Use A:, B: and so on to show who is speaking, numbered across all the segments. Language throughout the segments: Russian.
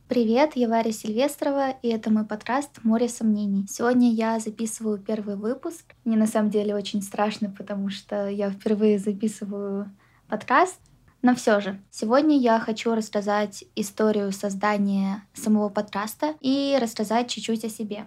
A: Привет, я Варя Сильвестрова, и это мой подкаст «Море сомнений». Сегодня я записываю первый выпуск. Мне на самом деле очень страшно, потому что я впервые записываю подкаст. Но все же, сегодня я хочу рассказать историю создания самого подкаста и рассказать чуть-чуть о себе.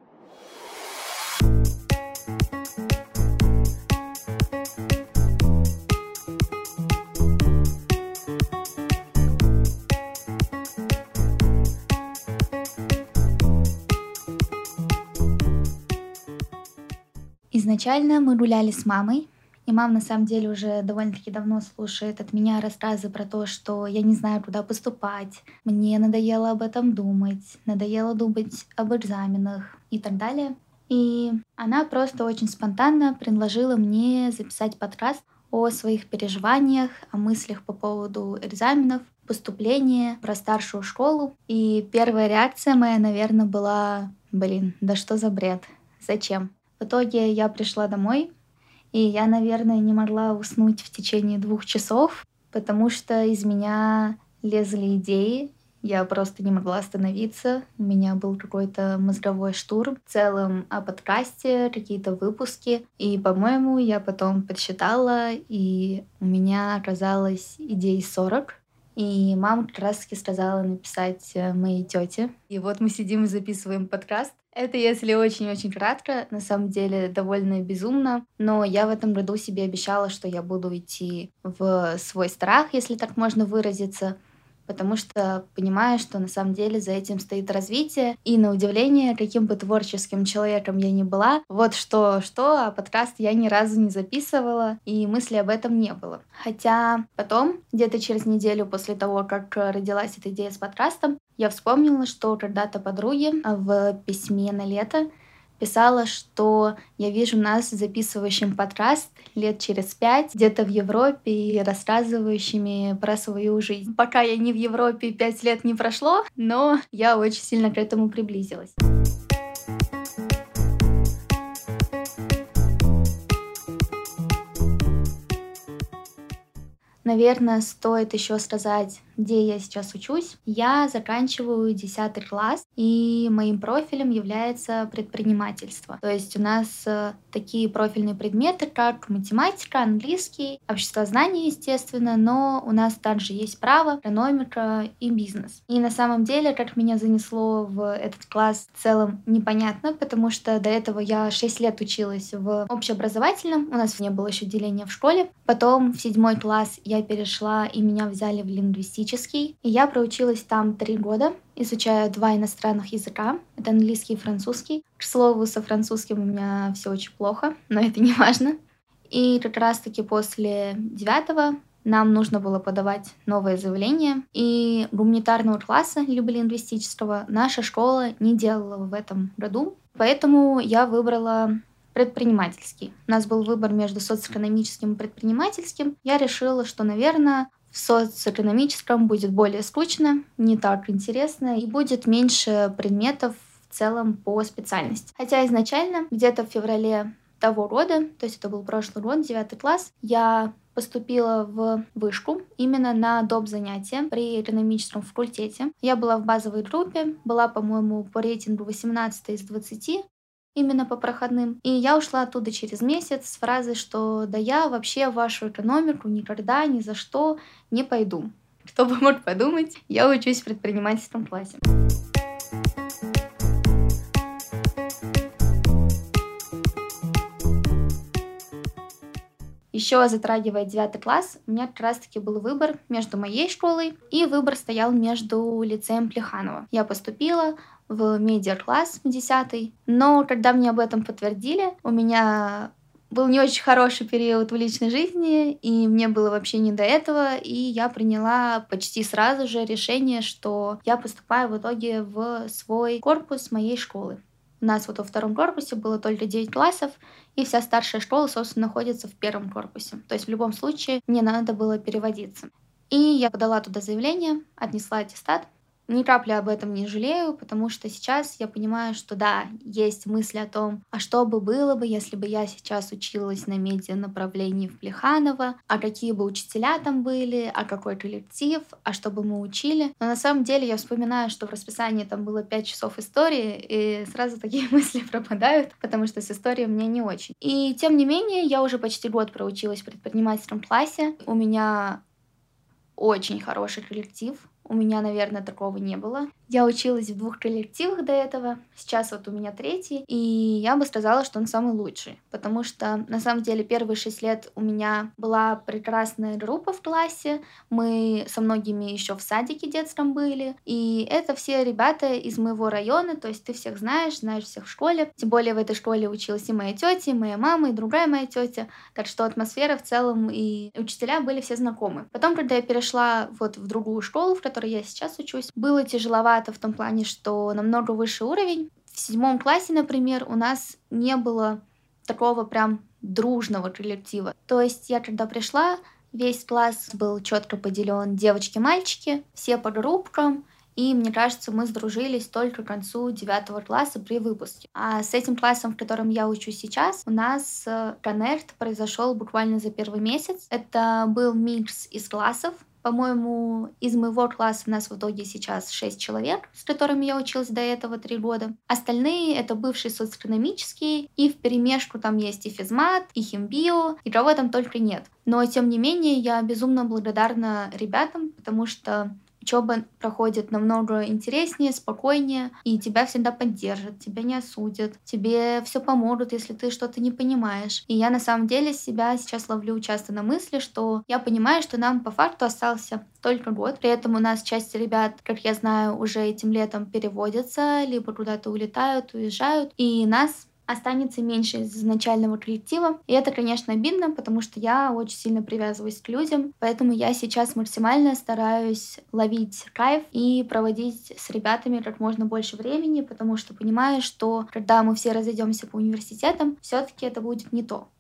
A: Изначально мы гуляли с мамой, и мама на самом деле уже довольно-таки давно слушает от меня рассказы про то, что я не знаю, куда поступать, мне надоело об этом думать, надоело думать об экзаменах и так далее. И она просто очень спонтанно предложила мне записать подкаст о своих переживаниях, о мыслях по поводу экзаменов, поступления, про старшую школу. И первая реакция моя, наверное, была: блин, да что за бред? Зачем? В итоге я пришла домой, и я, наверное, не могла уснуть в течение 2 часов, потому что из меня лезли идеи. Я просто не могла остановиться. У меня был какой-то мозговой штурм в целом о подкасте, какие-то выпуски. И, по-моему, я потом подсчитала, и у меня оказалось идей 40. И мама как раз-таки сказала написать моей тете. И вот мы сидим и записываем подкаст. Это если очень-очень кратко, на самом деле довольно безумно, но я в этом году себе обещала, что я буду идти в свой страх, если так можно выразиться, потому что понимаю, что на самом деле за этим стоит развитие. И на удивление, каким бы творческим человеком я ни была, вот что, а подкаст я ни разу не записывала, и мысли об этом не было. Хотя потом, где-то через неделю после того, как родилась эта идея с подкастом, я вспомнила, что когда-то подруге в письме на лето писала, что я вижу нас записывающим подкаст лет через 5 где-то в Европе и рассказывающими про свою жизнь. Пока я не в Европе, 5 лет не прошло, но я очень сильно к этому приблизилась. Наверное, стоит еще сказать, где я сейчас учусь. Я заканчиваю 10 класс, и моим профилем является предпринимательство. То есть у нас такие профильные предметы, как математика, английский, обществознание, естественно, но у нас также есть право, экономика и бизнес. И на самом деле, как меня занесло в этот класс, в целом непонятно, потому что до этого я 6 лет училась в общеобразовательном, у нас не было еще деления в школе. Потом в 7 класс я перешла, и меня взяли в лингвистический. И я проучилась там 3 года, изучая 2 иностранных языка. Это английский и французский. К слову, со французским у меня все очень плохо, но это не важно. И как раз-таки после 9 нам нужно было подавать новое заявление. И гуманитарного класса, либо лингвистического, наша школа не делала в этом году. Поэтому я выбрала предпринимательский. У нас был выбор между социоэкономическим и предпринимательским. Я решила, что, наверное, в социоэкономическом будет более скучно, не так интересно и будет меньше предметов в целом по специальности. Хотя изначально, где-то в феврале того года, то есть это был прошлый год, 9 класс, я поступила в вышку именно на доп. Занятия при экономическом факультете. Я была в базовой группе, была, по-моему, по рейтингу 18 из 20, именно по проходным. И я ушла оттуда через месяц с фразой, что да я вообще в вашу экономику никогда, ни за что не пойду. Кто бы мог подумать, я учусь в предпринимательском классе. Еще затрагивая 9 класс, у меня как раз-таки был выбор между моей школой, и выбор стоял между лицеем Плеханова. Я поступила в медиа-класс в 10, но когда мне об этом подтвердили, у меня был не очень хороший период в личной жизни, и мне было вообще не до этого, и я приняла почти сразу же решение, что я поступаю в итоге в свой корпус моей школы. У нас вот во втором корпусе было только 9 классов, и вся старшая школа, собственно, находится в первом корпусе. То есть в любом случае мне надо было переводиться. И я подала туда заявление, отнесла аттестат, Ни капли об этом не жалею, потому что сейчас я понимаю, что да, есть мысли о том, а что бы было бы, если бы я сейчас училась на медианаправлении в Плеханово, а какие бы учителя там были, а какой коллектив, а что бы мы учили. Но на самом деле я вспоминаю, что в расписании там было 5 часов истории, и сразу такие мысли пропадают, потому что с историей мне не очень. И тем не менее, я уже почти год проучилась в предпринимательском классе. У меня очень хороший коллектив. У меня, наверное, такого не было. Я училась в 2 коллективах до этого. Сейчас вот у меня 3-й. И я бы сказала, что он самый лучший. Потому что, на самом деле, первые 6 лет у меня была прекрасная группа в классе. Мы со многими еще в садике детском были. И это все ребята из моего района. То есть ты всех знаешь всех в школе. Тем более в этой школе училась и моя тетя, и моя мама, и другая моя тетя. Так что атмосфера в целом и учителя были все знакомы. Потом, когда я перешла вот в другую школу, в которой я сейчас учусь, было тяжеловато в том плане, что намного выше уровень. В 7 классе, например, у нас не было такого прям дружного коллектива. То есть я когда пришла, весь класс был четко поделен девочки-мальчики, все по группкам, и мне кажется, мы сдружились только к концу 9 класса при выпуске. А с этим классом, в котором я учусь сейчас, у нас коннект произошел буквально за первый месяц. Это был микс из классов. По-моему, из моего класса у нас в итоге сейчас 6 человек, с которыми я училась до этого 3 года. Остальные — это бывшие социоэкономические, и вперемешку там есть и физмат, и химбио, и кого там только нет. Но, тем не менее, я безумно благодарна ребятам, потому что учеба проходит намного интереснее, спокойнее, и тебя всегда поддержат, тебя не осудят, тебе все помогут, если ты что-то не понимаешь. И я на самом деле себя сейчас ловлю часто на мысли, что я понимаю, что нам по факту остался только год. При этом у нас часть ребят, как я знаю, уже этим летом переводятся, либо куда-то улетают, уезжают, и нас останется меньше из изначального коллектива. И это, конечно, обидно, потому что я очень сильно привязываюсь к людям, поэтому я сейчас максимально стараюсь ловить кайф и проводить с ребятами как можно больше времени, потому что понимаю, что когда мы все разойдемся по университетам, все-таки это будет не то.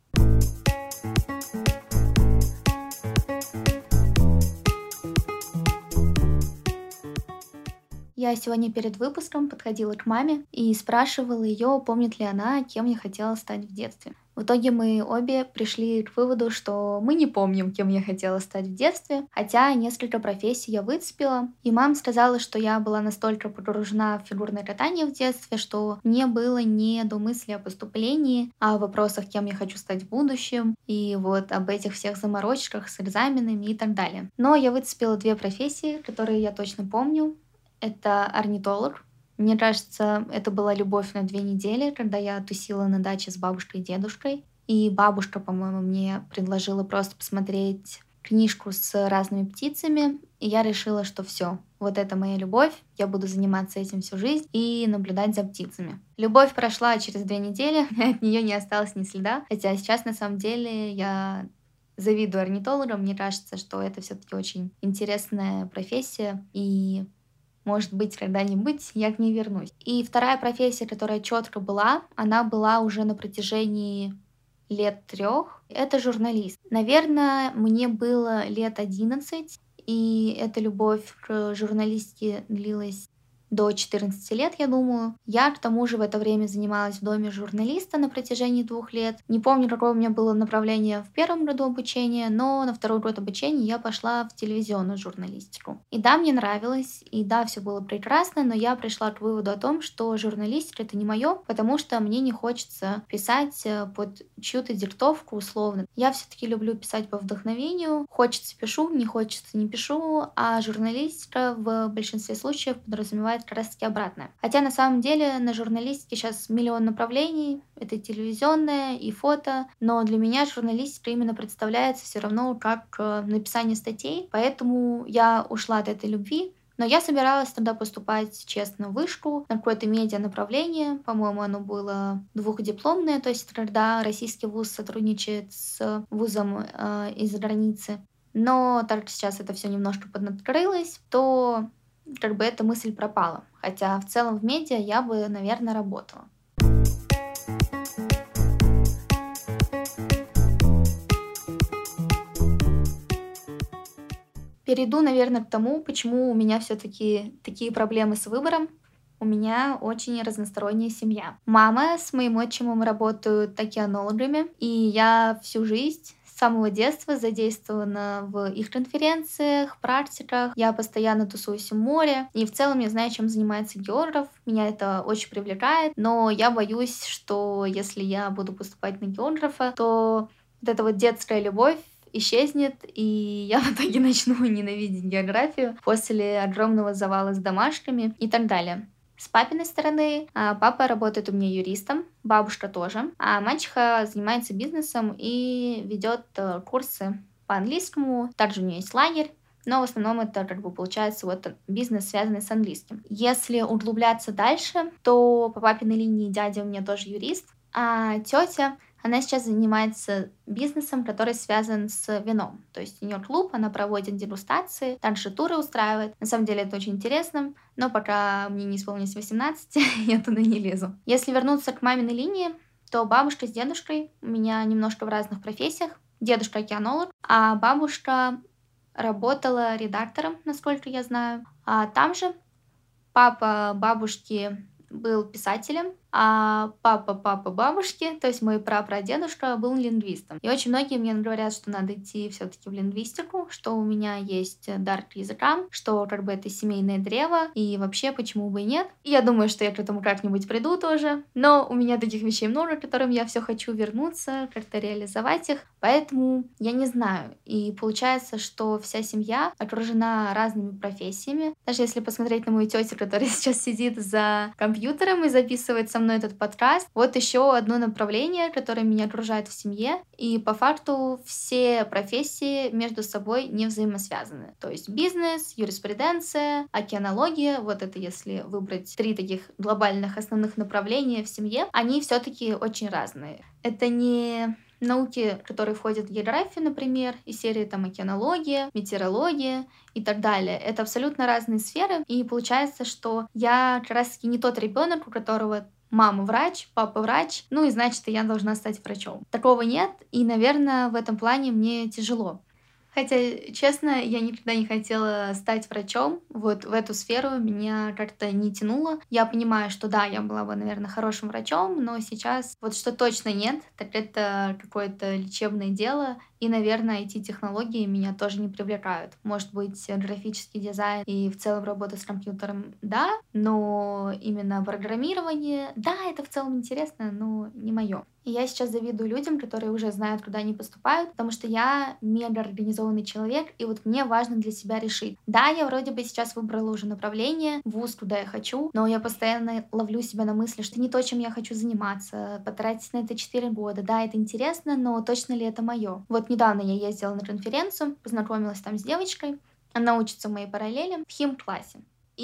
A: Я сегодня перед выпуском подходила к маме и спрашивала ее, помнит ли она, кем я хотела стать в детстве. В итоге мы обе пришли к выводу, что мы не помним, кем я хотела стать в детстве, хотя несколько профессий я выцепила. И мама сказала, что я была настолько погружена в фигурное катание в детстве, что мне было не до мысли о поступлении, а о вопросах, кем я хочу стать в будущем, и вот об этих всех заморочках с экзаменами и так далее. Но я выцепила 2 профессии, которые я точно помню. Это орнитолог. Мне кажется, это была любовь на 2 недели, когда я тусила на даче с бабушкой и дедушкой. И бабушка, по-моему, мне предложила просто посмотреть книжку с разными птицами. И я решила, что все, вот это моя любовь, я буду заниматься этим всю жизнь и наблюдать за птицами. Любовь прошла через 2 недели, от нее не осталось ни следа. Хотя сейчас, на самом деле, я завидую орнитологам. Мне кажется, что это все-таки очень интересная профессия. И может быть, когда-нибудь я к ней вернусь. И вторая профессия, которая четко была, она была уже на протяжении лет 3. Это журналист. Наверное, мне было лет 11, и эта любовь к журналистике длилась до 14 лет, я думаю. Я, к тому же, в это время занималась в доме журналиста на протяжении 2 лет. Не помню, какое у меня было направление в 1 году обучения, но на 2 год обучения я пошла в телевизионную журналистику. И да, мне нравилось, и да, все было прекрасно, но я пришла к выводу о том, что журналистика — это не мое, потому что мне не хочется писать под чью-то диктовку условно. Я все-таки люблю писать по вдохновению. Хочется — пишу, не хочется — не пишу, а журналистика в большинстве случаев подразумевает как раз таки обратное. Хотя на самом деле на журналистике сейчас миллион направлений, это и телевизионное, и фото, но для меня журналистика именно представляется все равно как написание статей, поэтому я ушла от этой любви. Но я собиралась тогда поступать, честно, в вышку на какое-то медиа направление. По-моему, оно было 2-дипломное, то есть когда российский вуз сотрудничает с вузом из-за границы. Но так как сейчас это все немножко поднадкрылось, то как бы эта мысль пропала. Хотя в целом в медиа я бы, наверное, работала. Перейду, наверное, к тому, почему у меня все-таки такие проблемы с выбором. У меня очень разносторонняя семья. Мама с моим отчимом работают океанологами, и я всю жизнь с самого детства задействована в их конференциях, практиках. Я постоянно тусуюсь у моря, и в целом я знаю, чем занимается географ. Меня это очень привлекает, но я боюсь, что если я буду поступать на географа, то вот эта вот детская любовь исчезнет, и я в итоге начну ненавидеть географию после огромного завала с домашками и так далее. С папиной стороны папа работает у меня юристом, бабушка тоже, а мачеха занимается бизнесом и ведет курсы по английскому. Также у нее есть лагерь, но в основном это как бы получается вот бизнес, связанный с английским. Если углубляться дальше, то по папиной линии дядя у меня тоже юрист, а тетя она сейчас занимается бизнесом, который связан с вином. То есть у нее клуб, она проводит дегустации, также туры устраивает. На самом деле это очень интересно, но пока мне не исполнилось 18, я туда не лезу. Если вернуться к маминой линии, то бабушка с дедушкой у меня немножко в разных профессиях. Дедушка океанолог, а бабушка работала редактором, насколько я знаю. А там же папа бабушки был писателем, а папа бабушки, то есть мой прапрадедушка, был лингвистом. И очень многие мне говорят, что надо идти все-таки в лингвистику, что у меня есть дар к языкам, что как бы это семейное древо, и вообще почему бы и нет. И я думаю, что я к этому как-нибудь приду тоже, но у меня таких вещей много, к которым я все хочу вернуться, как-то реализовать их, поэтому я не знаю. И получается, что вся семья окружена разными профессиями. Даже если посмотреть на мою тетю, которая сейчас сидит за компьютером и записывает со мной этот подкаст, вот еще одно направление, которое меня окружает в семье, и по факту все профессии между собой не взаимосвязаны. То есть бизнес, юриспруденция, океанология, вот это если выбрать 3 таких глобальных основных направления в семье, они все-таки очень разные. Это не науки, которые входят в географию, например, из серии там океанология, метеорология и так далее. Это абсолютно разные сферы, и получается, что я как раз-таки не тот ребенок, у которого мама врач, папа врач, ну и значит, и я должна стать врачом. Такого нет, и, наверное, в этом плане мне тяжело. Хотя, честно, я никогда не хотела стать врачом. Вот в эту сферу меня как-то не тянуло. Я понимаю, что да, я была бы, наверное, хорошим врачом, но сейчас вот что точно нет, так это какое-то лечебное дело. И, наверное, IT-технологии меня тоже не привлекают. Может быть, графический дизайн и в целом работа с компьютером, да, но именно программирование, да, это в целом интересно, но не мое. И я сейчас завидую людям, которые уже знают, куда они поступают, потому что я мега организованный человек, и вот мне важно для себя решить. Да, я вроде бы сейчас выбрала уже направление, вуз, куда я хочу, но я постоянно ловлю себя на мысли, что не то, чем я хочу заниматься, потратить на это 4 года. Да, это интересно, но точно ли это мое? Вот недавно я ездила на конференцию, познакомилась там с девочкой, она учится в моей параллели в хим-классе.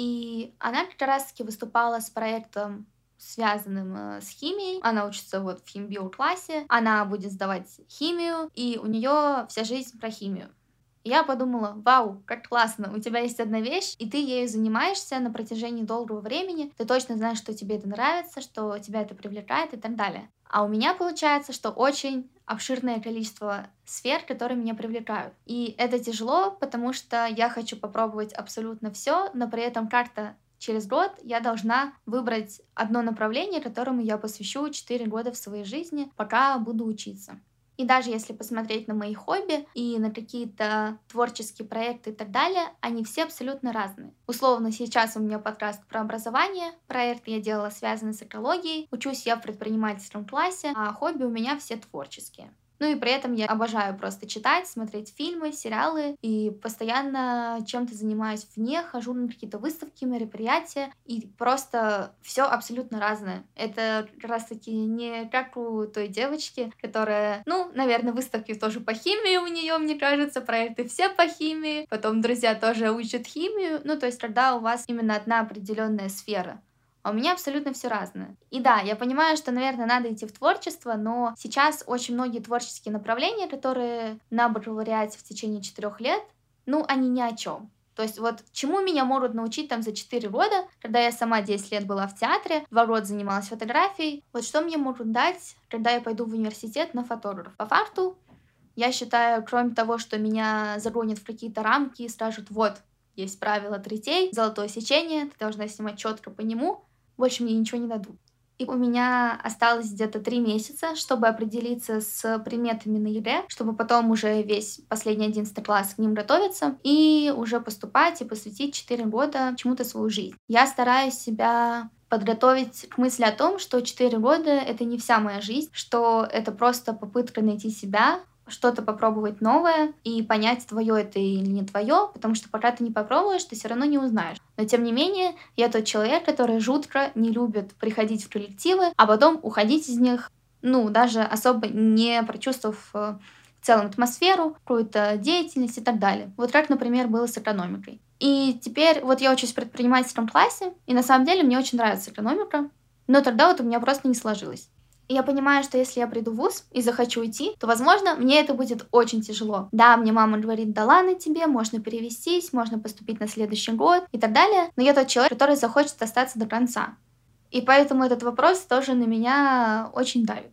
A: И она как раз-таки выступала с проектом, связанным с химией. Она учится вот в химбио-классе, она будет сдавать химию, и у нее вся жизнь про химию. И я подумала, вау, как классно, у тебя есть одна вещь, и ты ею занимаешься на протяжении долгого времени, ты точно знаешь, что тебе это нравится, что тебя это привлекает и так далее. А у меня получается, что очень обширное количество сфер, которые меня привлекают. И это тяжело, потому что я хочу попробовать абсолютно все, но при этом как-то через год я должна выбрать одно направление, которому я посвящу 4 года в своей жизни, пока буду учиться. И даже если посмотреть на мои хобби и на какие-то творческие проекты и так далее, они все абсолютно разные. Условно, сейчас у меня подкаст про образование, проект я делала связанный с экологией, учусь я в предпринимательском классе, а хобби у меня все творческие. Ну и при этом я обожаю просто читать, смотреть фильмы, сериалы и постоянно чем-то занимаюсь вне, хожу на какие-то выставки, мероприятия, и просто все абсолютно разное. Это как раз-таки не как у той девочки, которая, ну, наверное, выставки тоже по химии у нее, мне кажется, проекты все по химии, потом друзья тоже учат химию, ну, то есть когда у вас именно одна определенная сфера. А у меня абсолютно все разное. И да, я понимаю, что, наверное, надо идти в творчество, но сейчас очень многие творческие направления, которые на бакалавриате в течение 4 лет, ну, они ни о чем. То есть вот чему меня могут научить там за 4 года, когда я сама 10 лет была в театре, 2 года занималась фотографией, вот что мне могут дать, когда я пойду в университет на фотограф. По факту Я считаю, кроме того, что меня загонят в какие-то рамки и скажут: вот, есть правило третей, золотое сечение, ты должна снимать четко по нему, больше мне ничего не дадут. И у меня осталось где-то 3 месяца, чтобы определиться с предметами на ЕГЭ, чтобы потом уже весь последний 11 класс к ним готовиться и уже поступать и посвятить 4 года чему-то свою жизнь. Я стараюсь себя подготовить к мысли о том, что 4 года — это не вся моя жизнь, что это просто попытка найти себя, что-то попробовать новое и понять, твое это или не твое, потому что пока ты не попробуешь, ты все равно не узнаешь. Но тем не менее, я тот человек, который жутко не любит приходить в коллективы, а потом уходить из них, даже особо не прочувствовав в целом атмосферу, какую-то деятельность и так далее. Вот как, например, было с экономикой. И теперь вот я учусь в предпринимательском классе, и на самом деле мне очень нравится экономика, но тогда вот у меня просто не сложилось. И я понимаю, что если я приду в вуз и захочу уйти, то, возможно, мне это будет очень тяжело. Да, мне мама говорит: да ладно тебе, можно перевестись, можно поступить на следующий год и так далее. Но я тот человек, который захочет остаться до конца. И поэтому этот вопрос тоже на меня очень давит.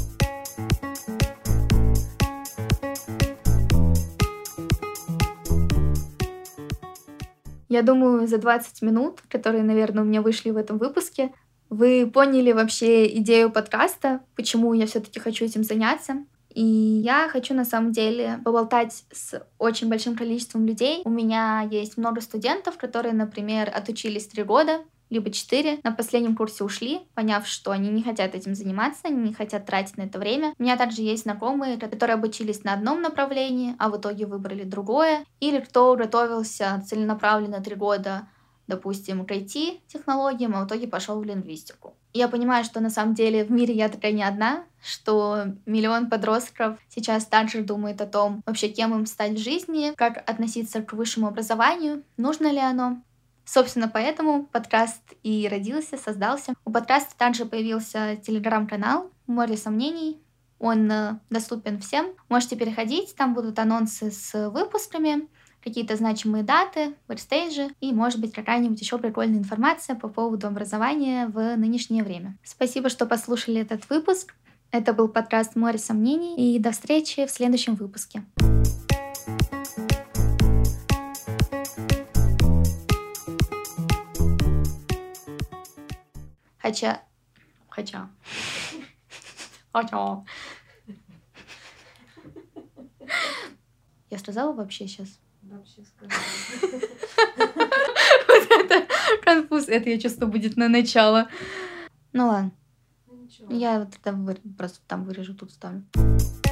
A: Я думаю, за 20 минут, которые, наверное, у меня вышли в этом выпуске, вы поняли вообще идею подкаста, почему я все-таки хочу этим заняться. И я хочу на самом деле поболтать с очень большим количеством людей. У меня есть много студентов, которые, например, отучились 3 года, либо 4, на последнем курсе ушли, поняв, что они не хотят этим заниматься, они не хотят тратить на это время. У меня также есть знакомые, которые обучились на одном направлении, а в итоге выбрали другое, или кто готовился целенаправленно 3 года, допустим, к IT-технологиям, а в итоге пошел в лингвистику. Я понимаю, что на самом деле в мире я такая не одна, что миллион подростков сейчас также думает о том, вообще кем им стать в жизни, как относиться к высшему образованию, нужно ли оно. Собственно, поэтому подкаст и родился, создался. У подкаста также появился телеграм-канал «Море сомнений». Он доступен всем. Можете переходить, там будут анонсы с выпусками, какие-то значимые даты, бэкстейджи и, может быть, какая-нибудь еще прикольная информация по поводу образования в нынешнее время. Спасибо, что послушали этот выпуск. Это был подкаст «Море сомнений», и до встречи в следующем выпуске. Хотя. Я сказала вообще сейчас?
B: Вообще сказала.
A: Вот это конфуз. Это, я чувствую, будет на начало. Ну ладно.
B: Ну ничего.
A: Я вот это просто там вырежу, тут вставлю.